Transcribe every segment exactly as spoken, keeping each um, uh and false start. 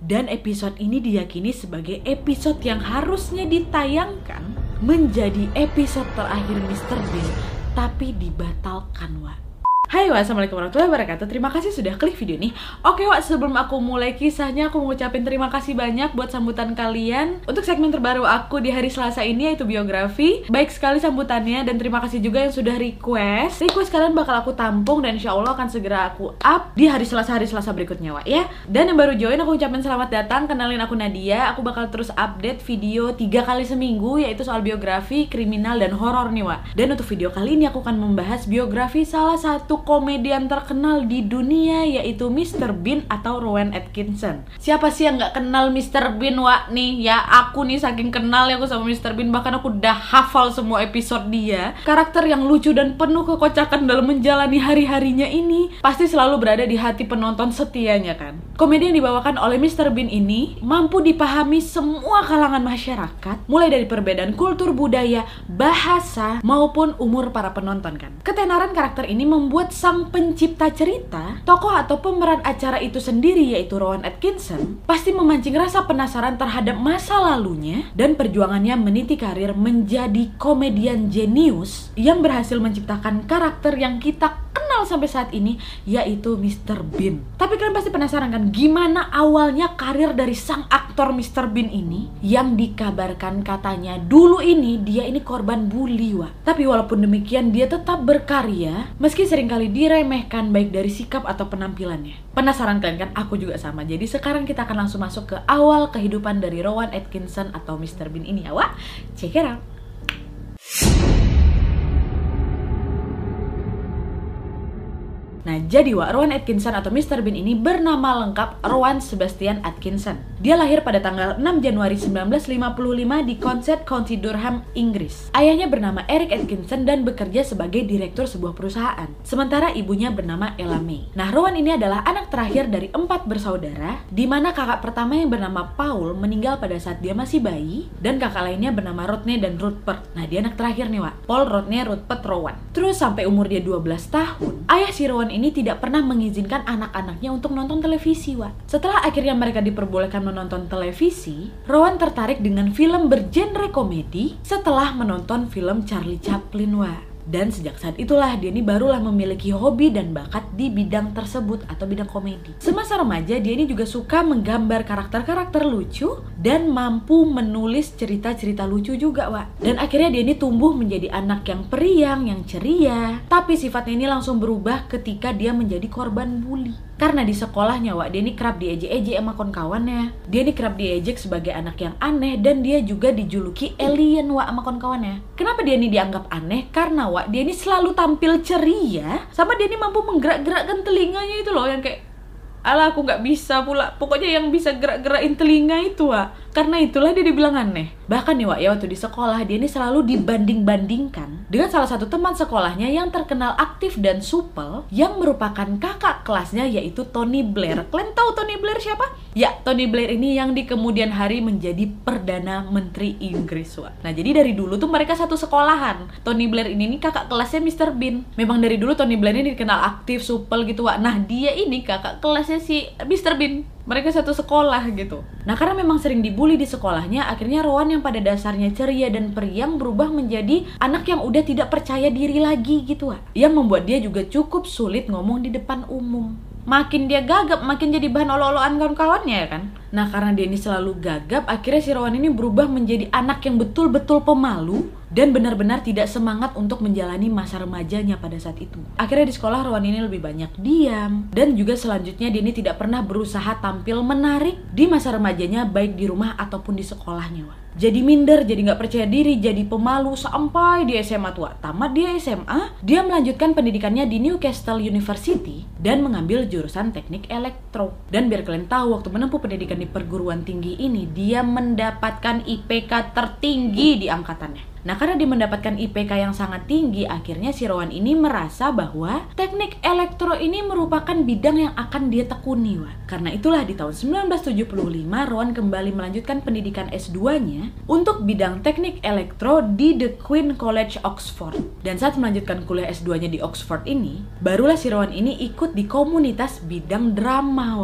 Dan episode ini diyakini sebagai episode yang harusnya ditayangkan menjadi episode terakhir mister Bean, tapi dibatalkan, Wak. Hai Wak, assalamualaikum warahmatullahi wabarakatuh. Terima kasih sudah klik video ini. Oke Wak, sebelum aku mulai kisahnya, aku mau ucapin terima kasih banyak buat sambutan kalian untuk segmen terbaru aku di hari Selasa ini, yaitu biografi. Baik sekali sambutannya, dan terima kasih juga yang sudah request. Request kalian bakal aku tampung dan insya Allah akan segera aku up di hari Selasa-hari Selasa berikutnya, Wak, ya. Dan yang baru join, aku ucapin selamat datang. Kenalin, aku Nadia. Aku bakal terus update video tiga kali seminggu, yaitu soal biografi, kriminal, dan horor nih, Wak. Dan untuk video kali ini aku akan membahas biografi salah satu komedian terkenal di dunia, yaitu mister Bean atau Rowan Atkinson. Siapa sih yang nggak kenal mister Bean, Wak? Nih ya, aku nih saking kenal ya aku sama mister Bean, bahkan aku udah hafal semua episode dia. Karakter yang lucu dan penuh kekocakan dalam menjalani hari-harinya ini pasti selalu berada di hati penonton setianya kan. Komedi yang dibawakan oleh mister Bean ini mampu dipahami semua kalangan masyarakat, mulai dari perbedaan kultur, budaya, bahasa, maupun umur para penonton kan. Ketenaran karakter ini membuat sang pencipta cerita, tokoh atau pemeran acara itu sendiri, yaitu Rowan Atkinson, pasti memancing rasa penasaran terhadap masa lalunya dan perjuangannya meniti karir menjadi komedian jenius yang berhasil menciptakan karakter yang kita kenal sampai saat ini, yaitu mister Bean. Tapi kalian pasti penasaran kan, gimana awalnya karir dari sang aktor mister Bean ini, yang dikabarkan katanya dulu ini dia ini korban bully, Wak. Tapi walaupun demikian dia tetap berkarya meski seringkali diremehkan baik dari sikap atau penampilannya. Penasaran kalian kan? Aku juga sama. Jadi sekarang kita akan langsung masuk ke awal kehidupan dari Rowan Atkinson atau mister Bean ini, ya, Wak. Check it out. Nah, jadi Wak, Rowan Atkinson atau mister Bean ini bernama lengkap Rowan Sebastian Atkinson. Dia lahir pada tanggal enam Januari sembilan belas lima puluh lima di Consett, County Durham, Inggris. Ayahnya bernama Eric Atkinson dan bekerja sebagai direktur sebuah perusahaan. Sementara ibunya bernama Ella May. Nah, Rowan ini adalah anak terakhir dari empat bersaudara, di mana kakak pertama yang bernama Paul meninggal pada saat dia masih bayi, dan kakak lainnya bernama Rodney dan Rupert. Nah, dia anak terakhir nih, Wak. Paul, Rodney, Rupert, Rowan. Terus sampai umur dia dua belas tahun, ayah si Rowan ini tidak pernah mengizinkan anak-anaknya untuk nonton televisi, Wak. Setelah akhirnya mereka diperbolehkan menonton televisi, Rowan tertarik dengan film bergenre komedi setelah menonton film Charlie Chaplin, Wak. Dan sejak saat itulah dia ini barulah memiliki hobi dan bakat di bidang tersebut atau bidang komedi. Semasa remaja dia ini juga suka menggambar karakter-karakter lucu dan mampu menulis cerita-cerita lucu juga, Wak. Dan akhirnya dia ini tumbuh menjadi anak yang periang, yang ceria. Tapi sifatnya ini langsung berubah ketika dia menjadi korban bully. Karena di sekolahnya, Wak, dia ini kerap diejek-ejek sama kawan-kawannya. Dia ini kerap diejek sebagai anak yang aneh, dan dia juga dijuluki alien, Wak, sama kawan-kawannya. Kenapa dia ini dianggap aneh? Karena, Wak, dia ini selalu tampil ceria, sama dia ini mampu menggerak-gerakkan telinganya itu loh, yang kayak, alah aku nggak bisa pula. Pokoknya yang bisa gerak-gerakin telinga itu, Wak. Karena itulah dia dibilang aneh. Bahkan nih, Wak, ya waktu di sekolah dia ini selalu dibanding-bandingkan dengan salah satu teman sekolahnya yang terkenal aktif dan supel, yang merupakan kakak kelasnya, yaitu Tony Blair. Kalian tahu Tony Blair siapa? Ya, Tony Blair ini yang di kemudian hari menjadi Perdana Menteri Inggris, Wak. Nah, jadi dari dulu tuh mereka satu sekolahan. Tony Blair ini nih kakak kelasnya mister Bean. Memang dari dulu Tony Blair ini dikenal aktif, supel gitu, Wak. Nah, dia ini kakak kelasnya si mister Bean. Mereka satu sekolah gitu. Nah, karena memang sering dibully di sekolahnya, akhirnya Rowan yang pada dasarnya ceria dan periang berubah menjadi anak yang udah tidak percaya diri lagi gitu, Wak. Yang membuat dia juga cukup sulit ngomong di depan umum. Makin dia gagap, makin jadi bahan olo-oloan kawan-kawannya ya kan. Nah, karena dia ini selalu gagap, akhirnya si Rowan ini berubah menjadi anak yang betul-betul pemalu dan benar-benar tidak semangat untuk menjalani masa remajanya pada saat itu. Akhirnya di sekolah Rowan ini lebih banyak diam, dan juga selanjutnya dia ini tidak pernah berusaha tampil menarik di masa remajanya, baik di rumah ataupun di sekolahnya, Wak. Jadi minder, jadi nggak percaya diri, jadi pemalu sampai di S M A tua. Tamat dia S M A, dia melanjutkan pendidikannya di Newcastle University dan mengambil jurusan teknik elektro. Dan biar kalian tahu, waktu menempuh pendidikan di perguruan tinggi ini, dia mendapatkan I P K tertinggi di angkatannya. Nah, karena dia mendapatkan I P K yang sangat tinggi, akhirnya si Rowan ini merasa bahwa teknik elektro ini merupakan bidang yang akan dia tekuni, Wak. Karena itulah di tahun sembilan belas tujuh puluh lima, Rowan kembali melanjutkan pendidikan S dua-nya untuk bidang teknik elektro di The Queen College, Oxford. Dan saat melanjutkan kuliah S dua-nya di Oxford ini, barulah si Rowan ini ikut di komunitas bidang drama, Wak.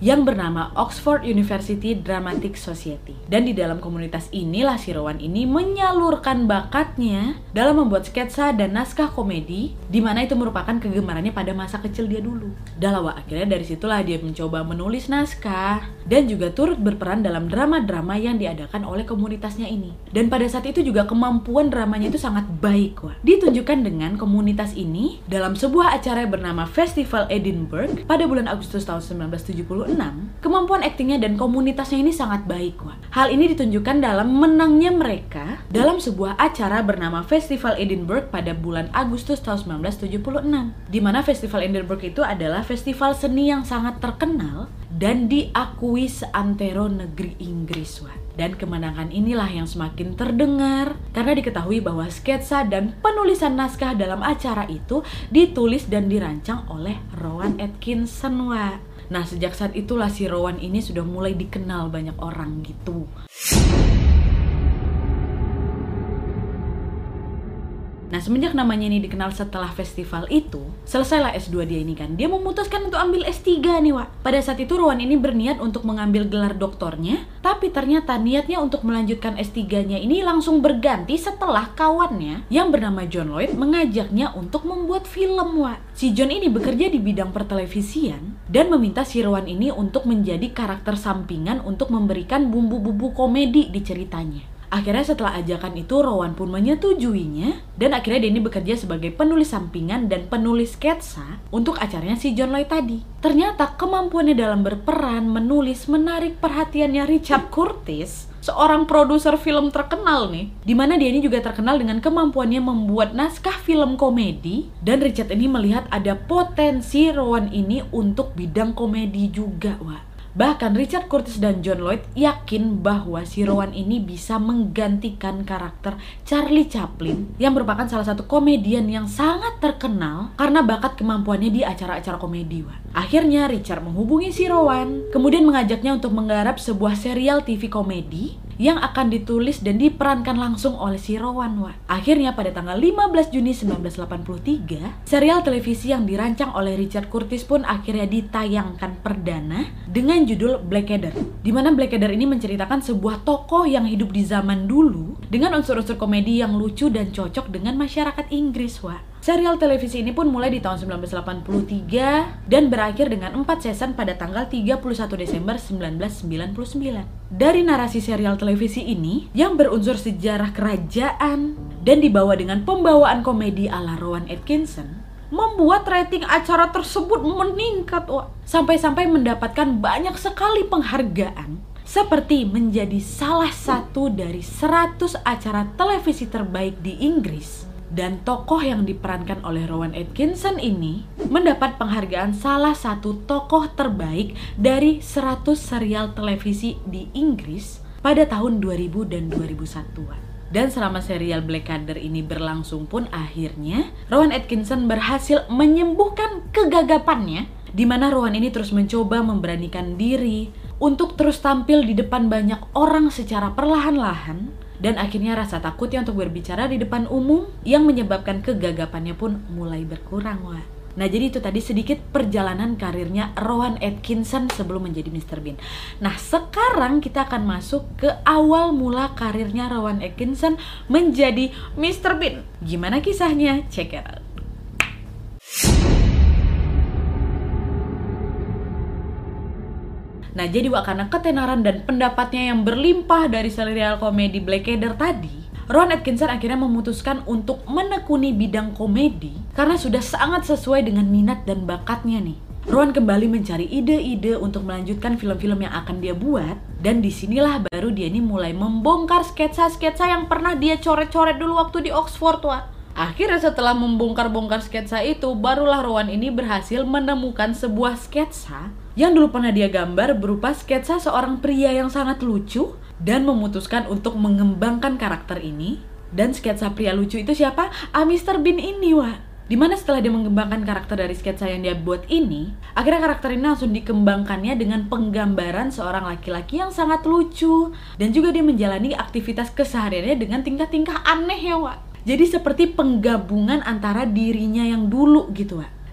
yang bernama Oxford University Dramatic Society. Dan di dalam komunitas inilah si Rowan ini menyalurkan bakatnya dalam membuat sketsa dan naskah komedi, di mana itu merupakan kegemarannya pada masa kecil dia dulu. Dalawa akhirnya dari situlah dia mencoba menulis naskah dan juga turut berperan dalam drama-drama yang diadakan oleh komunitasnya ini. Dan pada saat itu juga kemampuan dramanya itu sangat baik, wah. Ditunjukkan dengan komunitas ini dalam sebuah acara yang bernama Festival Edinburgh pada bulan Agustus tahun seribu sembilan ratus tujuh puluh enam. Kemampuan aktingnya dan komunitasnya ini sangat baik, wah. Hal ini ditunjukkan dalam menangnya mereka dalam sebuah acara bernama Festival Edinburgh pada bulan Agustus tahun seribu sembilan ratus tujuh puluh enam. Di mana Festival Edinburgh itu adalah festival seni yang sangat terkenal dan diakui seantero negeri Inggris, wah. Dan kemenangan inilah yang semakin terdengar karena diketahui bahwa sketsa dan penulisan naskah dalam acara itu ditulis dan dirancang oleh Rowan Atkinson, wah. Nah, sejak saat itulah si Rowan ini sudah mulai dikenal banyak orang gitu. Nah, semenjak namanya ini dikenal setelah festival itu, selesailah S dua dia ini kan. Dia memutuskan untuk ambil S tiga nih, Wak. Pada saat itu Rowan ini berniat untuk mengambil gelar doktornya, tapi ternyata niatnya untuk melanjutkan S tiga-nya ini langsung berganti setelah kawannya yang bernama John Lloyd mengajaknya untuk membuat film, Wak. Si John ini bekerja di bidang pertelevisian dan meminta si Rowan ini untuk menjadi karakter sampingan untuk memberikan bumbu-bumbu komedi di ceritanya. Akhirnya setelah ajakan itu Rowan pun menyetujuinya dan akhirnya dia ini bekerja sebagai penulis sampingan dan penulis sketsa untuk acaranya si John Lloyd tadi. Ternyata kemampuannya dalam berperan, menulis, menarik perhatiannya Richard Curtis, seorang produser film terkenal nih, dimana dia ini juga terkenal dengan kemampuannya membuat naskah film komedi. Dan Richard ini melihat ada potensi Rowan ini untuk bidang komedi juga, wah. Bahkan Richard Curtis dan John Lloyd yakin bahwa si Rowan ini bisa menggantikan karakter Charlie Chaplin yang merupakan salah satu komedian yang sangat terkenal karena bakat kemampuannya di acara-acara komedi, wah. Akhirnya Richard menghubungi si Rowan, kemudian mengajaknya untuk menggarap sebuah serial T V komedi yang akan ditulis dan diperankan langsung oleh si Rowan, wah. Akhirnya pada tanggal lima belas Juni seribu sembilan ratus delapan puluh tiga, serial televisi yang dirancang oleh Richard Curtis pun akhirnya ditayangkan perdana dengan judul Blackadder. Di mana Blackadder ini menceritakan sebuah tokoh yang hidup di zaman dulu dengan unsur-unsur komedi yang lucu dan cocok dengan masyarakat Inggris, wah. Serial televisi ini pun mulai di tahun seribu sembilan ratus delapan puluh tiga dan berakhir dengan empat season pada tanggal tiga puluh satu Desember seribu sembilan ratus sembilan puluh sembilan. Dari narasi serial televisi ini yang berunsur sejarah kerajaan dan dibawa dengan pembawaan komedi ala Rowan Atkinson, membuat rating acara tersebut meningkat, wah. Sampai-sampai mendapatkan banyak sekali penghargaan, seperti menjadi salah satu dari seratus acara televisi terbaik di Inggris. Dan tokoh yang diperankan oleh Rowan Atkinson ini mendapat penghargaan salah satu tokoh terbaik dari seratus serial televisi di Inggris pada tahun dua ribu dan dua ribu satu. Dan selama serial Blackadder ini berlangsung pun akhirnya Rowan Atkinson berhasil menyembuhkan kegagapannya, di mana Rowan ini terus mencoba memberanikan diri untuk terus tampil di depan banyak orang secara perlahan-lahan. Dan akhirnya rasa takutnya untuk berbicara di depan umum yang menyebabkan kegagapannya pun mulai berkurang, wah. Nah, jadi itu tadi sedikit perjalanan karirnya Rowan Atkinson sebelum menjadi mister Bean. Nah, sekarang kita akan masuk ke awal mula karirnya Rowan Atkinson menjadi mister Bean. Gimana kisahnya? Check it out. Nah, jadi wak, karena ketenaran dan pendapatnya yang berlimpah dari serial komedi Blackadder tadi, Rowan Atkinson akhirnya memutuskan untuk menekuni bidang komedi karena sudah sangat sesuai dengan minat dan bakatnya nih. Rowan kembali mencari ide-ide untuk melanjutkan film-film yang akan dia buat, dan disinilah baru dia ini mulai membongkar sketsa-sketsa yang pernah dia coret-coret dulu waktu di Oxford, wak. Akhirnya setelah membongkar-bongkar sketsa itu, barulah Rowan ini berhasil menemukan sebuah sketsa yang dulu pernah dia gambar berupa sketsa seorang pria yang sangat lucu, dan memutuskan untuk mengembangkan karakter ini. Dan sketsa pria lucu itu siapa? Ah, mister Bean ini, wah. Dimana setelah dia mengembangkan karakter dari sketsa yang dia buat ini, akhirnya karakter ini langsung dikembangkannya dengan penggambaran seorang laki-laki yang sangat lucu, dan juga dia menjalani aktivitas kesehariannya dengan tingkah-tingkah aneh, ya, wak. Jadi seperti penggabungan antara dirinya yang dulu gitu, wak.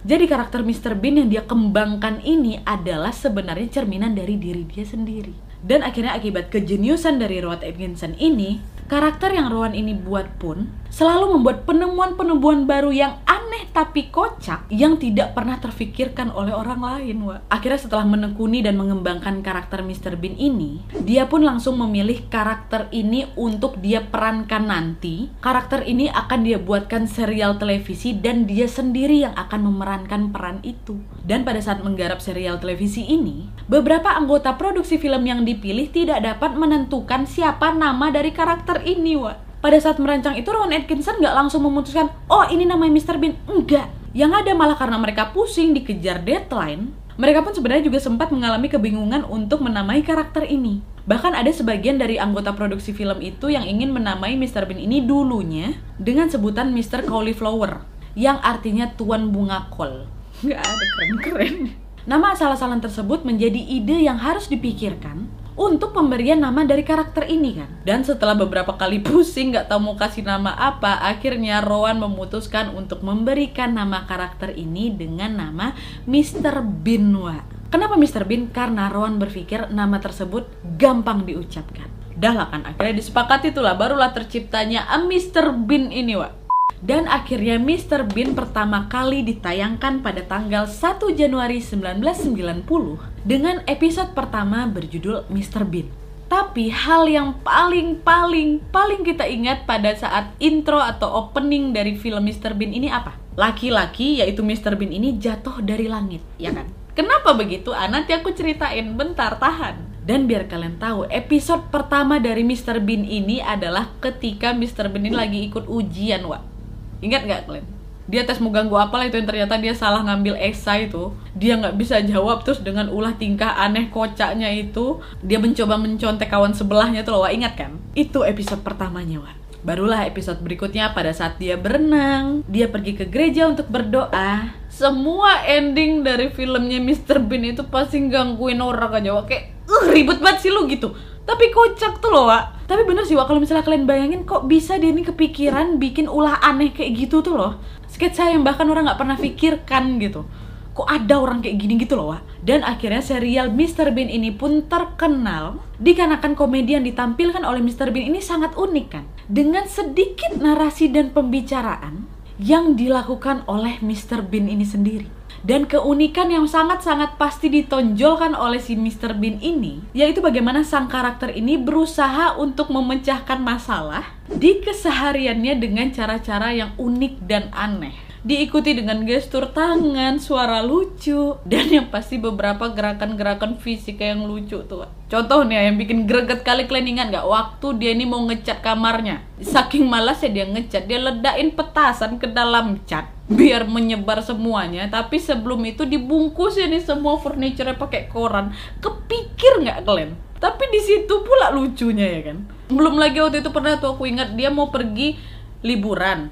Jadi karakter mister Bean yang dia kembangkan ini adalah sebenarnya cerminan dari diri dia sendiri. Dan akhirnya akibat kejeniusan dari Rowan Atkinson ini, karakter yang Rowan ini buat pun selalu membuat penemuan-penemuan baru yang aneh tapi kocak yang tidak pernah terfikirkan oleh orang lain, Wak. Akhirnya setelah menekuni dan mengembangkan karakter mister Bean ini, dia pun langsung memilih karakter ini untuk dia perankan nanti. Karakter ini akan dia buatkan serial televisi dan dia sendiri yang akan memerankan peran itu. Dan pada saat menggarap serial televisi ini, beberapa anggota produksi film yang dipilih tidak dapat menentukan siapa nama dari karakter ini, Wak. Pada saat merancang itu, Rowan Atkinson nggak langsung memutuskan, oh ini namanya mister Bean. Enggak. Yang ada malah karena mereka pusing dikejar deadline, mereka pun sebenarnya juga sempat mengalami kebingungan untuk menamai karakter ini. Bahkan ada sebagian dari anggota produksi film itu yang ingin menamai mister Bean ini dulunya dengan sebutan mister Cauliflower, yang artinya Tuan Bunga Kol. Nggak ada keren-keren. Nama asal-asalan tersebut menjadi ide yang harus dipikirkan untuk pemberian nama dari karakter ini kan. Dan setelah beberapa kali pusing nggak tahu mau kasih nama apa, akhirnya Rowan memutuskan untuk memberikan nama karakter ini dengan nama mister Bean, Wak. Kenapa mister Bean? Karena Rowan berpikir nama tersebut gampang diucapkan. Dah lah kan, akhirnya disepakati itulah, barulah terciptanya mister Bean ini, Wak. Dan akhirnya mister Bean pertama kali ditayangkan pada tanggal satu Januari seribu sembilan ratus sembilan puluh dengan episode pertama berjudul mister Bean. Tapi hal yang paling-paling-paling kita ingat pada saat intro atau opening dari film mister Bean ini apa? Laki-laki, yaitu mister Bean ini jatuh dari langit, ya kan? Kenapa begitu? Ah, nanti aku ceritain, bentar, tahan. Dan biar kalian tahu, episode pertama dari mister Bean ini adalah ketika mister Bean ini lagi ikut ujian, Wak. Ingat gak kalian? Dia tes mau ganggu apalah itu yang ternyata dia salah ngambil esai itu. Dia nggak bisa jawab, terus dengan ulah tingkah aneh kocaknya itu dia mencoba mencontek kawan sebelahnya tuh loh, Wak. Ingat kan? Itu episode pertamanya, Wak. Barulah episode berikutnya pada saat dia berenang, dia pergi ke gereja untuk berdoa. Semua ending dari filmnya mister Bean itu pasti gangguin orang aja, Wak. Kayak uh, ribet banget sih lu gitu. Tapi kocak tuh loh, Wak. Tapi bener sih, Wak, kalau misalnya kalian bayangin kok bisa dia ini kepikiran bikin ulah aneh kayak gitu tuh loh. Sketsa yang bahkan orang gak pernah pikirkan gitu. Kok ada orang kayak gini gitu loh, Wak. Dan akhirnya serial mister Bean ini pun terkenal dikarenakan komedi yang ditampilkan oleh mister Bean ini sangat unik kan. Dengan sedikit narasi dan pembicaraan yang dilakukan oleh mister Bean ini sendiri. Dan keunikan yang sangat-sangat pasti ditonjolkan oleh si mister Bean ini, yaitu bagaimana sang karakter ini berusaha untuk memecahkan masalah di kesehariannya dengan cara-cara yang unik dan aneh. Diikuti dengan gestur tangan, suara lucu, dan yang pasti beberapa gerakan-gerakan fisik yang lucu tuh. Contoh nih yang bikin greget kali, kalian ingat gak? Waktu dia ini mau ngecat kamarnya, saking malasnya dia ngecat, dia ledain petasan ke dalam cat biar menyebar semuanya. Tapi sebelum itu dibungkus ini semua furniture pakai koran. Kepikir nggak kalian? Tapi di situ pula lucunya ya kan. Belum lagi waktu itu pernah tuh aku ingat dia mau pergi liburan.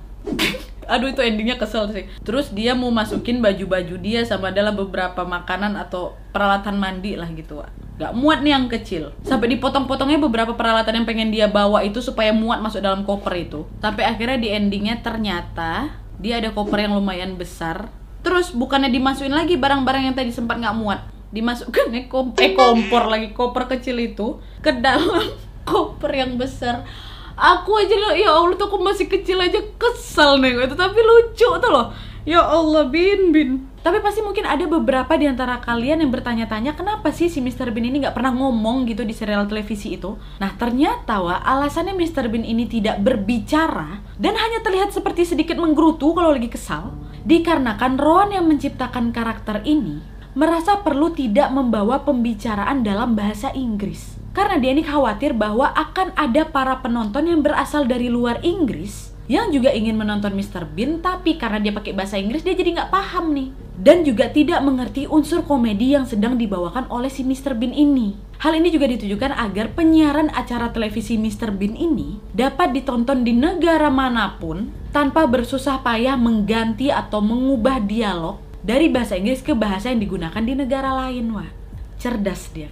Aduh itu endingnya kesel sih. Terus dia mau masukin baju-baju dia sama dalam beberapa makanan atau peralatan mandi lah gitu, Wak. Gak muat nih yang kecil. Sampai dipotong-potongnya beberapa peralatan yang pengen dia bawa itu supaya muat masuk dalam koper itu. Sampai akhirnya di endingnya ternyata dia ada koper yang lumayan besar. Terus bukannya dimasukin lagi barang-barang yang tadi sempat gak muat, dimasukkan eh, kom eh kompor lagi, koper kecil itu ke dalam koper yang besar. Aku aja loh, ya Allah tuh aku masih kecil aja kesel nih itu, tapi lucu tuh loh. Ya Allah, Bin Bin. Tapi pasti mungkin ada beberapa di antara kalian yang bertanya-tanya kenapa sih si mister Bean ini nggak pernah ngomong gitu di serial televisi itu. Nah ternyata, Wak, alasannya mister Bean ini tidak berbicara dan hanya terlihat seperti sedikit menggerutu kalau lagi kesal, dikarenakan Rowan yang menciptakan karakter ini merasa perlu tidak membawa pembicaraan dalam bahasa Inggris. Karena dia ini khawatir bahwa akan ada para penonton yang berasal dari luar Inggris yang juga ingin menonton mister Bean, tapi karena dia pakai bahasa Inggris dia jadi nggak paham nih. Dan juga tidak mengerti unsur komedi yang sedang dibawakan oleh si mister Bean ini. Hal ini juga ditujukan agar penyiaran acara televisi mister Bean ini dapat ditonton di negara manapun tanpa bersusah payah mengganti atau mengubah dialog dari bahasa Inggris ke bahasa yang digunakan di negara lain, Wah. Cerdas dia kan.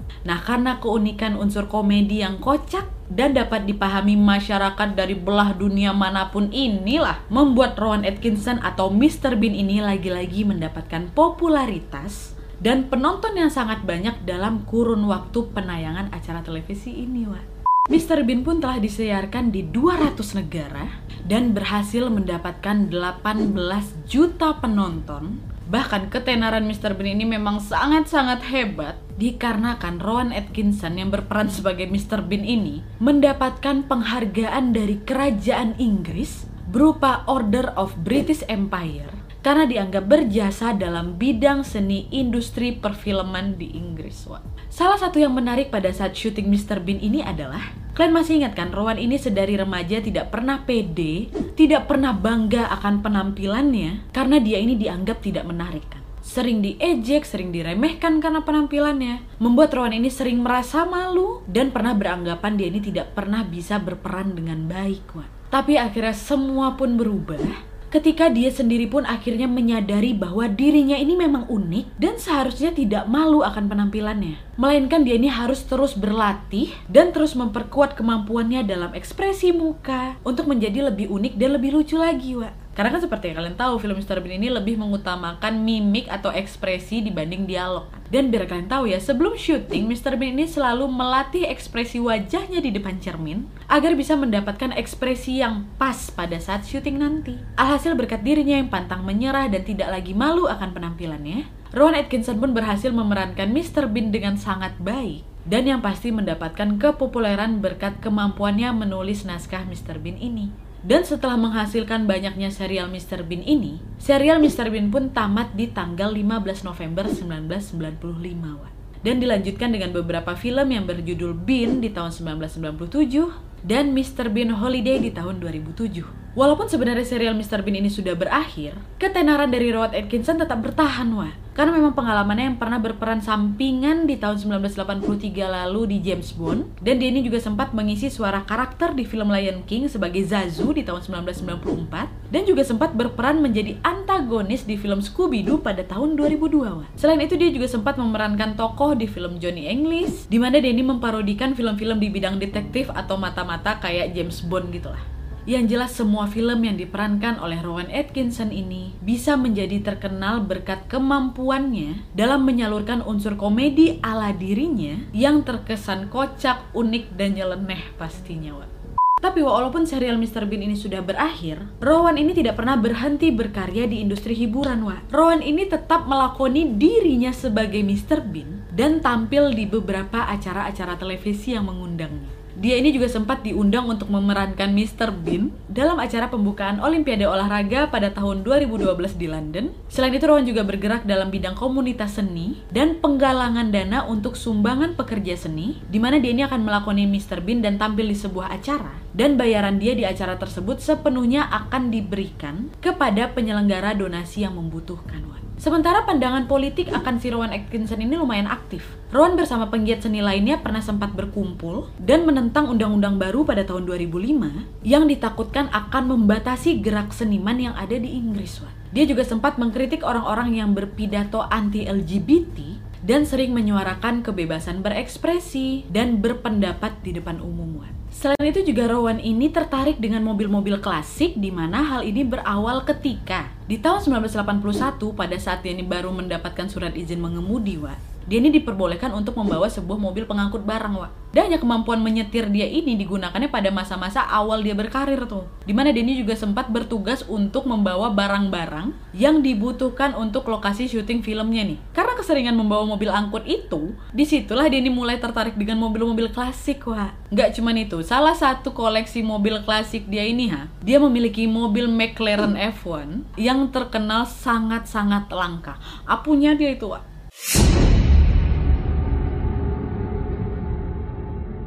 Nah, karena keunikan unsur komedi yang kocak dan dapat dipahami masyarakat dari belah dunia manapun inilah membuat Rowan Atkinson atau mister Bean ini lagi-lagi mendapatkan popularitas dan penonton yang sangat banyak dalam kurun waktu penayangan acara televisi ini, Wak. mister Bean pun telah disiarkan di dua ratus negara dan berhasil mendapatkan delapan belas juta penonton. Bahkan ketenaran mister Bean ini memang sangat-sangat hebat dikarenakan Rowan Atkinson yang berperan sebagai mister Bean ini mendapatkan penghargaan dari kerajaan Inggris berupa Order of British Empire karena dianggap berjasa dalam bidang seni industri perfilman di Inggris. Wah. Salah satu yang menarik pada saat syuting mister Bean ini adalah, kalian masih ingat kan, Rowan ini sedari remaja tidak pernah pede, tidak pernah bangga akan penampilannya karena dia ini dianggap tidak menarik kan. Sering diejek, sering diremehkan karena penampilannya, membuat Rowan ini sering merasa malu dan pernah beranggapan dia ini tidak pernah bisa berperan dengan baik. Wah. Tapi akhirnya semua pun berubah ketika dia sendiri pun akhirnya menyadari bahwa dirinya ini memang unik dan seharusnya tidak malu akan penampilannya. Melainkan dia ini harus terus berlatih dan terus memperkuat kemampuannya dalam ekspresi muka untuk menjadi lebih unik dan lebih lucu lagi, Wak. Karena kan seperti yang kalian tahu, film mister Bean ini lebih mengutamakan mimik atau ekspresi dibanding dialog. Dan biar kalian tahu ya, sebelum syuting, mister Bean ini selalu melatih ekspresi wajahnya di depan cermin agar bisa mendapatkan ekspresi yang pas pada saat syuting nanti. Alhasil berkat dirinya yang pantang menyerah dan tidak lagi malu akan penampilannya, Rowan Atkinson pun berhasil memerankan mister Bean dengan sangat baik. Dan yang pasti mendapatkan kepopuleran berkat kemampuannya menulis naskah mister Bean ini. Dan setelah menghasilkan banyaknya serial mister Bean ini, serial mister Bean pun tamat di tanggal lima belas November sembilan belas sembilan puluh lima. Wak. Dan dilanjutkan dengan beberapa film yang berjudul Bean di tahun sembilan belas sembilan puluh tujuh dan mister Bean Holiday di tahun dua ribu tujuh. Walaupun sebenarnya serial mister Bean ini sudah berakhir, ketenaran dari Rowan Atkinson tetap bertahan, Wak. Karena memang pengalamannya yang pernah berperan sampingan di tahun sembilan belas delapan puluh tiga lalu di James Bond, dan dia ini juga sempat mengisi suara karakter di film Lion King sebagai Zazu di tahun sembilan belas sembilan puluh empat, dan juga sempat berperan menjadi antagonis di film Scooby-Doo pada tahun dua ribu dua. Wak. Selain itu dia juga sempat memerankan tokoh di film Johnny English, di mana dia ini memparodikan film-film di bidang detektif atau mata-mata kayak James Bond gitulah. Yang jelas semua film yang diperankan oleh Rowan Atkinson ini bisa menjadi terkenal berkat kemampuannya dalam menyalurkan unsur komedi ala dirinya yang terkesan kocak, unik, dan nyeleneh pastinya, Wak. Tapi walaupun serial mister Bean ini sudah berakhir, Rowan ini tidak pernah berhenti berkarya di industri hiburan, Wak. Rowan ini tetap melakoni dirinya sebagai mister Bean dan tampil di beberapa acara-acara televisi yang mengundangnya. Dia ini juga sempat diundang untuk memerankan mister Bean dalam acara pembukaan Olimpiade Olahraga pada tahun dua ribu dua belas di London. Selain itu, Rowan juga bergerak dalam bidang komunitas seni dan penggalangan dana untuk sumbangan pekerja seni, di mana dia ini akan melakoni mister Bean dan tampil di sebuah acara. Dan bayaran dia di acara tersebut sepenuhnya akan diberikan kepada penyelenggara donasi yang membutuhkan. Sementara pandangan politik akan si Rowan Atkinson ini lumayan aktif. Rowan bersama penggiat seni lainnya pernah sempat berkumpul dan menentang undang-undang baru pada tahun dua ribu lima yang ditakutkan akan membatasi gerak seniman yang ada di Inggris. Dia juga sempat mengkritik orang-orang yang berpidato anti-L G B T dan sering menyuarakan kebebasan berekspresi dan berpendapat di depan umum. Selain itu juga Rowan ini tertarik dengan mobil-mobil klasik, di mana hal ini berawal ketika di tahun sembilan belas delapan puluh satu pada saat dia ini baru mendapatkan surat izin mengemudi, Wak. Dia ini diperbolehkan untuk membawa sebuah mobil pengangkut barang, Wak. Dan hanya kemampuan menyetir dia ini digunakannya pada masa-masa awal dia berkarir tuh. Dimana dia ini juga sempat bertugas untuk membawa barang-barang yang dibutuhkan untuk lokasi syuting filmnya nih. Karena keseringan membawa mobil angkut itu, disitulah dia ini mulai tertarik dengan mobil-mobil klasik, Wak. Nggak cuman itu, salah satu koleksi mobil klasik dia ini, ha, dia memiliki mobil McLaren F satu yang terkenal sangat-sangat langka. Apunya dia itu, Wak.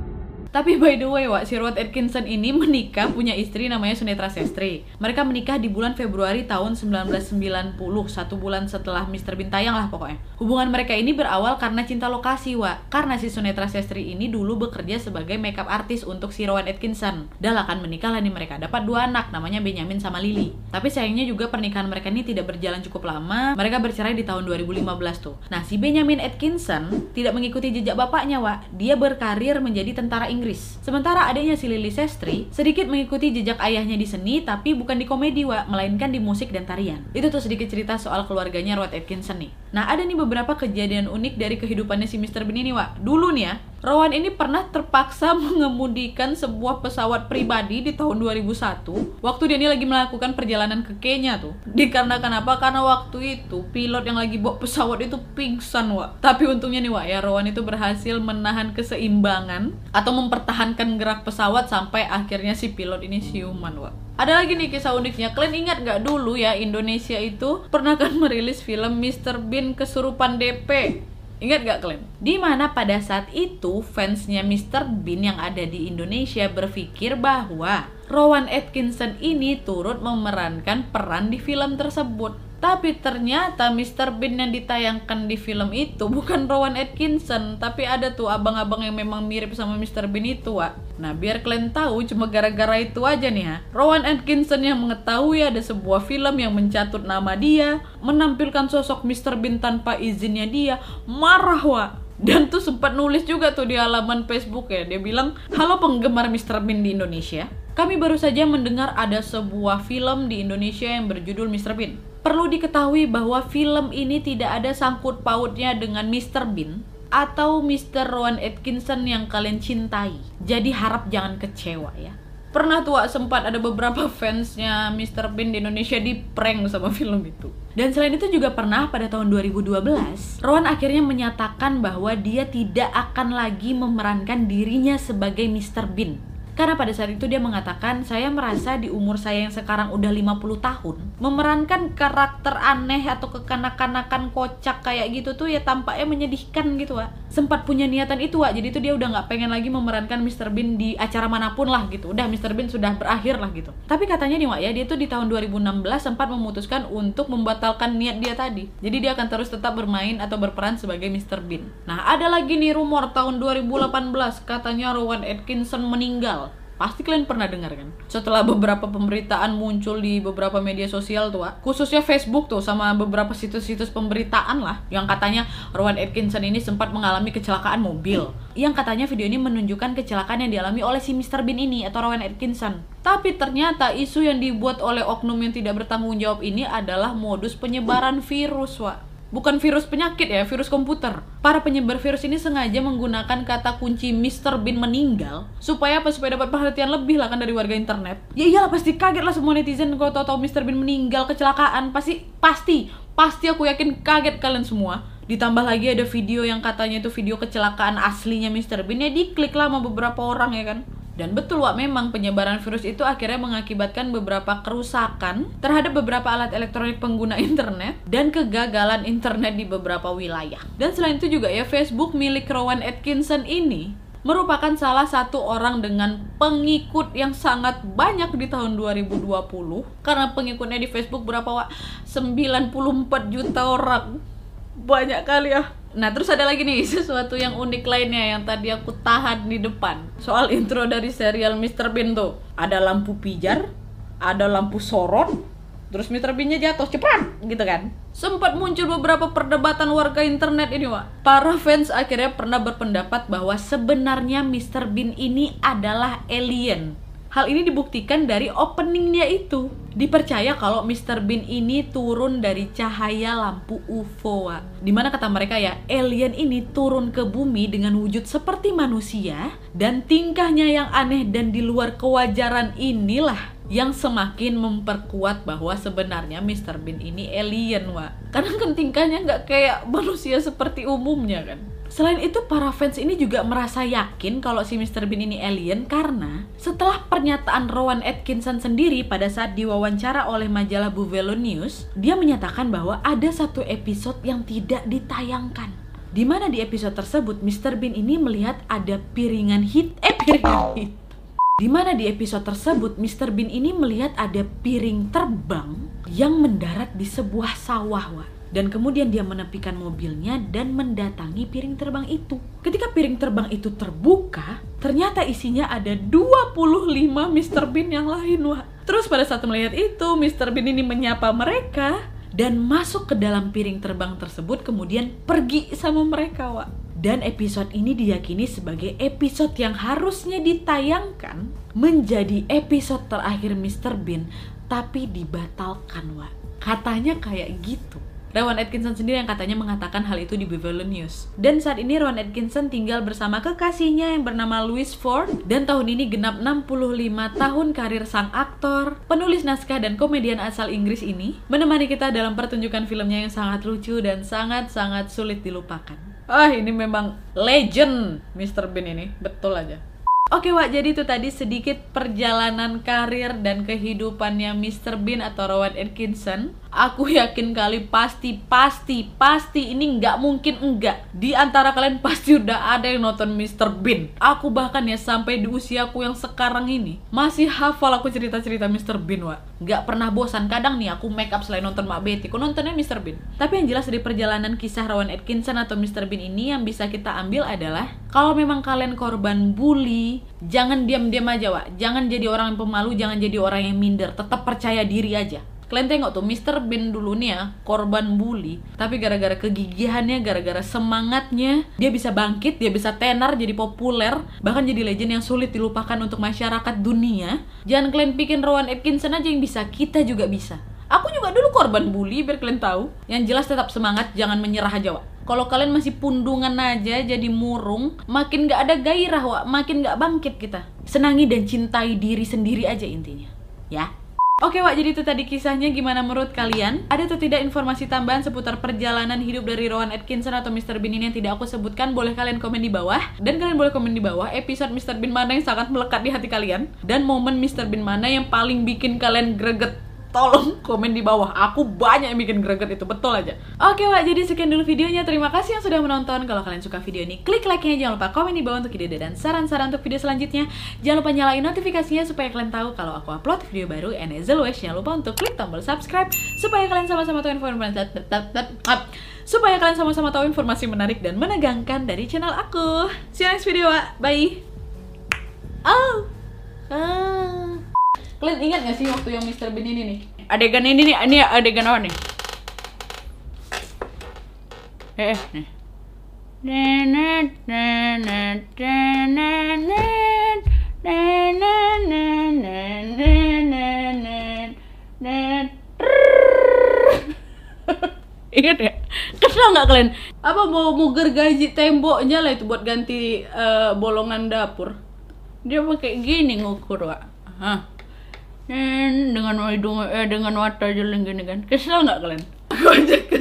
Tapi by the way, Wak, si Rowan Atkinson ini menikah, punya istri namanya Sunetra Sestri. Mereka menikah di bulan Februari tahun sembilan belas sembilan puluh, satu bulan setelah mister Bean tayang lah pokoknya. Hubungan mereka ini berawal karena cinta lokasi, Wak. Karena si Sunetra Sestri ini dulu bekerja sebagai makeup artist untuk si Rowan Atkinson. Dah lah kan menikah lah nih mereka, dapat dua anak namanya Benjamin sama Lily. Tapi sayangnya juga pernikahan mereka ini tidak berjalan cukup lama. Mereka bercerai di tahun dua ribu lima belas tuh. Nah, si Benjamin Atkinson tidak mengikuti jejak bapaknya, Wak. Dia berkarir menjadi tentara Inggris. Sementara adiknya si Lily Sestri sedikit mengikuti jejak ayahnya di seni, tapi bukan di komedi, Wak, melainkan di musik dan tarian. Itu tuh sedikit cerita soal keluarganya Rowan Atkinson nih. Nah, ada nih beberapa kejadian unik dari kehidupannya si mister Bean ini, Wak. Dulu nih ya, Rowan ini pernah terpaksa mengemudikan sebuah pesawat pribadi di tahun dua ribu satu waktu dia ini lagi melakukan perjalanan ke Kenya tuh. Dikarenakan apa? Karena waktu itu pilot yang lagi bawa pesawat itu pingsan, Wak. Tapi untungnya nih, Wak, ya Rowan itu berhasil menahan keseimbangan atau mempertahankan gerak pesawat sampai akhirnya si pilot ini siuman, Wak. Ada lagi nih kisah uniknya. Kalian ingat gak dulu ya Indonesia itu pernah kan merilis film mister Bean Kesurupan D P? Ingat gak kalian? Dimana pada saat itu fansnya mister Bean yang ada di Indonesia berpikir bahwa Rowan Atkinson ini turut memerankan peran di film tersebut. Tapi ternyata mister Bean yang ditayangkan di film itu bukan Rowan Atkinson, tapi ada tuh abang-abang yang memang mirip sama mister Bean itu, Wak. Nah, biar kalian tahu, cuma gara-gara itu aja nih ya, Rowan Atkinson yang mengetahui ada sebuah film yang mencatut nama dia, menampilkan sosok mister Bean tanpa izinnya dia, marah, Wak. Dan tuh sempat nulis juga tuh di halaman Facebook ya. Dia bilang, "Halo penggemar mister Bean di Indonesia, kami baru saja mendengar ada sebuah film di Indonesia yang berjudul mister Bean. Perlu diketahui bahwa film ini tidak ada sangkut pautnya dengan mister Bean atau mister Rowan Atkinson yang kalian cintai. Jadi harap jangan kecewa ya." Pernah tuh, Wak, sempat ada beberapa fansnya mister Bean di Indonesia di prank sama film itu. Dan selain itu juga pernah pada tahun dua ribu dua belas, Rowan akhirnya menyatakan bahwa dia tidak akan lagi memerankan dirinya sebagai mister Bean. Karena pada saat itu dia mengatakan, "Saya merasa di umur saya yang sekarang udah lima puluh tahun, memerankan karakter aneh atau kekanak-kanakan kocak kayak gitu tuh ya tampaknya menyedihkan gitu, Wak." Sempat punya niatan itu, Wak. Jadi itu dia udah nggak pengen lagi memerankan mister Bean di acara manapun lah gitu. Udah mister Bean sudah berakhir lah gitu. Tapi katanya nih, Wak, ya dia tuh di tahun dua ribu enam belas sempat memutuskan untuk membatalkan niat dia tadi. Jadi dia akan terus tetap bermain atau berperan sebagai mister Bean. Nah, ada lagi nih rumor tahun dua ribu delapan belas katanya Rowan Atkinson meninggal. Pasti kalian pernah dengar kan? Setelah beberapa pemberitaan muncul di beberapa media sosial tuh, Wak, khususnya Facebook tuh sama beberapa situs-situs pemberitaan lah, yang katanya Rowan Atkinson ini sempat mengalami kecelakaan mobil. Yang katanya video ini menunjukkan kecelakaan yang dialami oleh si mister Bean ini atau Rowan Atkinson. Tapi ternyata isu yang dibuat oleh oknum yang tidak bertanggung jawab ini adalah modus penyebaran virus, Wak. Bukan virus penyakit ya, virus komputer. Para penyebar virus ini sengaja menggunakan kata kunci mister Bean meninggal supaya apa? Supaya dapat perhatian lebih lah kan dari warga internet. Ya iyalah, pasti kaget lah semua netizen kalau tahu-tahu mister Bean meninggal kecelakaan. Pasti, pasti, pasti aku yakin kaget kalian semua. Ditambah lagi ada video yang katanya itu video kecelakaan aslinya mister Bean, ya diklik lah sama beberapa orang ya kan. Dan betul, Wak, memang penyebaran virus itu akhirnya mengakibatkan beberapa kerusakan terhadap beberapa alat elektronik pengguna internet dan kegagalan internet di beberapa wilayah. Dan selain itu juga ya, Facebook milik Rowan Atkinson ini merupakan salah satu orang dengan pengikut yang sangat banyak di tahun dua ribu dua puluh. Karena pengikutnya di Facebook berapa, Wak? sembilan puluh empat juta orang. Banyak kali ya. Nah, terus ada lagi nih sesuatu yang unik lainnya yang tadi aku tahan di depan. Soal intro dari serial mister Bean tuh. Ada lampu pijar, ada lampu sorot, terus mister Bean-nya jatuh, cepet gitu kan. Sempat muncul beberapa perdebatan warga internet ini, Wak. Para fans akhirnya pernah berpendapat bahwa sebenarnya mister Bean ini adalah alien. Hal ini dibuktikan dari openingnya itu. Dipercaya kalau mister Bean ini turun dari cahaya lampu U F O, Wak. Dimana kata mereka ya, alien ini turun ke bumi dengan wujud seperti manusia, dan tingkahnya yang aneh dan di luar kewajaran inilah yang semakin memperkuat bahwa sebenarnya mister Bean ini alien, Wak. Karena kan tingkahnya nggak kayak manusia seperti umumnya kan. Selain itu, para fans ini juga merasa yakin kalau si mister Bean ini alien karena setelah pernyataan Rowan Atkinson sendiri pada saat diwawancara oleh majalah Buffalo News, dia menyatakan bahwa ada satu episode yang tidak ditayangkan. Di mana di episode tersebut mister Bean ini melihat ada piringan hit eh piringan hit. Di mana di episode tersebut mister Bean ini melihat ada piring terbang yang mendarat di sebuah sawah, Wak. Dan kemudian dia menepikan mobilnya dan mendatangi piring terbang itu. Ketika piring terbang itu terbuka, ternyata isinya ada dua puluh lima mister Bean yang lain, Wak. Terus pada saat melihat itu, mister Bean ini menyapa mereka dan masuk ke dalam piring terbang tersebut, kemudian pergi sama mereka, Wak. Dan episode ini diyakini sebagai episode yang harusnya ditayangkan menjadi episode terakhir mister Bean, tapi dibatalkan, Wak. Katanya kayak gitu. Rowan Atkinson sendiri yang katanya mengatakan hal itu di Beverly News. Dan saat ini Rowan Atkinson tinggal bersama kekasihnya yang bernama Louise Ford. Dan tahun ini genap enam puluh lima tahun karir sang aktor, penulis naskah dan komedian asal Inggris ini menemani kita dalam pertunjukan filmnya yang sangat lucu dan sangat-sangat sulit dilupakan. Ah, ini memang legend mister Bean ini, betul aja. Oke, Wak, jadi itu tadi sedikit perjalanan karir dan kehidupannya mister Bean atau Rowan Atkinson. Aku yakin kali pasti, pasti, pasti ini nggak mungkin enggak. Di antara kalian pasti udah ada yang nonton mister Bean. Aku bahkan ya sampai di usiaku yang sekarang ini masih hafal aku cerita-cerita mister Bean, Wak. Nggak pernah bosan. Kadang nih aku make up selain nonton Mak Betty, aku nontonnya mister Bean. Tapi yang jelas dari perjalanan kisah Rowan Atkinson atau mister Bean ini yang bisa kita ambil adalah kalau memang kalian korban bully, jangan diam-diam aja, Wak. Jangan jadi orang yang pemalu, jangan jadi orang yang minder. Tetap percaya diri aja. Kalian tengok tuh mister Bean dulu nih ya, korban bully, tapi gara-gara kegigihannya, gara-gara semangatnya, dia bisa bangkit, dia bisa tenar, jadi populer, bahkan jadi legend yang sulit dilupakan untuk masyarakat dunia. Jangan kalian bikin Rowan Atkinson aja yang bisa, kita juga bisa. Aku juga dulu korban bully, biar kalian tahu. Yang jelas tetap semangat, jangan menyerah aja, Wak. Kalau kalian masih pundungan aja, jadi murung, makin gak ada gairah, Wak, makin gak bangkit kita. Senangi dan cintai diri sendiri aja intinya, ya. Oke, Wak, jadi itu tadi kisahnya. Gimana menurut kalian? Ada atau tidak informasi tambahan seputar perjalanan hidup dari Rowan Atkinson atau mister Bean ini yang tidak aku sebutkan? Boleh kalian komen di bawah. Dan kalian boleh komen di bawah episode mister Bean mana yang sangat melekat di hati kalian, dan momen mister Bean mana yang paling bikin kalian greget. Tolong komen di bawah, aku banyak yang bikin greget itu, betul aja. Oke, Wak, jadi sekian dulu videonya. Terima kasih yang sudah menonton. Kalau kalian suka video ini, klik like-nya. Jangan lupa komen di bawah untuk ide dan saran-saran untuk video selanjutnya. Jangan lupa nyalain notifikasinya supaya kalian tahu kalau aku upload video baru. And as always, jangan lupa untuk klik tombol subscribe supaya kalian sama-sama tahu informasi supaya kalian sama-sama tahu informasi menarik dan menegangkan dari channel aku. See you next video, Wak. Bye. Oh. Ah. Kalian ingat gak sih waktu yang mister Bean ini nih? Adegan ini nih, ini adegan apa nih? Eh, nih. Nenet, nenet, nenet, nenet, nenet, nenet, nenet. Ingat ya? Kesel nggak kalian? Apa mau mau gergaji temboknya lah itu buat ganti uh, bolongan dapur? Dia pakai gini ngukur, Wak. Hah? Dengan hidung eh dengan mata jeleng gini kan. Kesel nggak kalian? Aku aja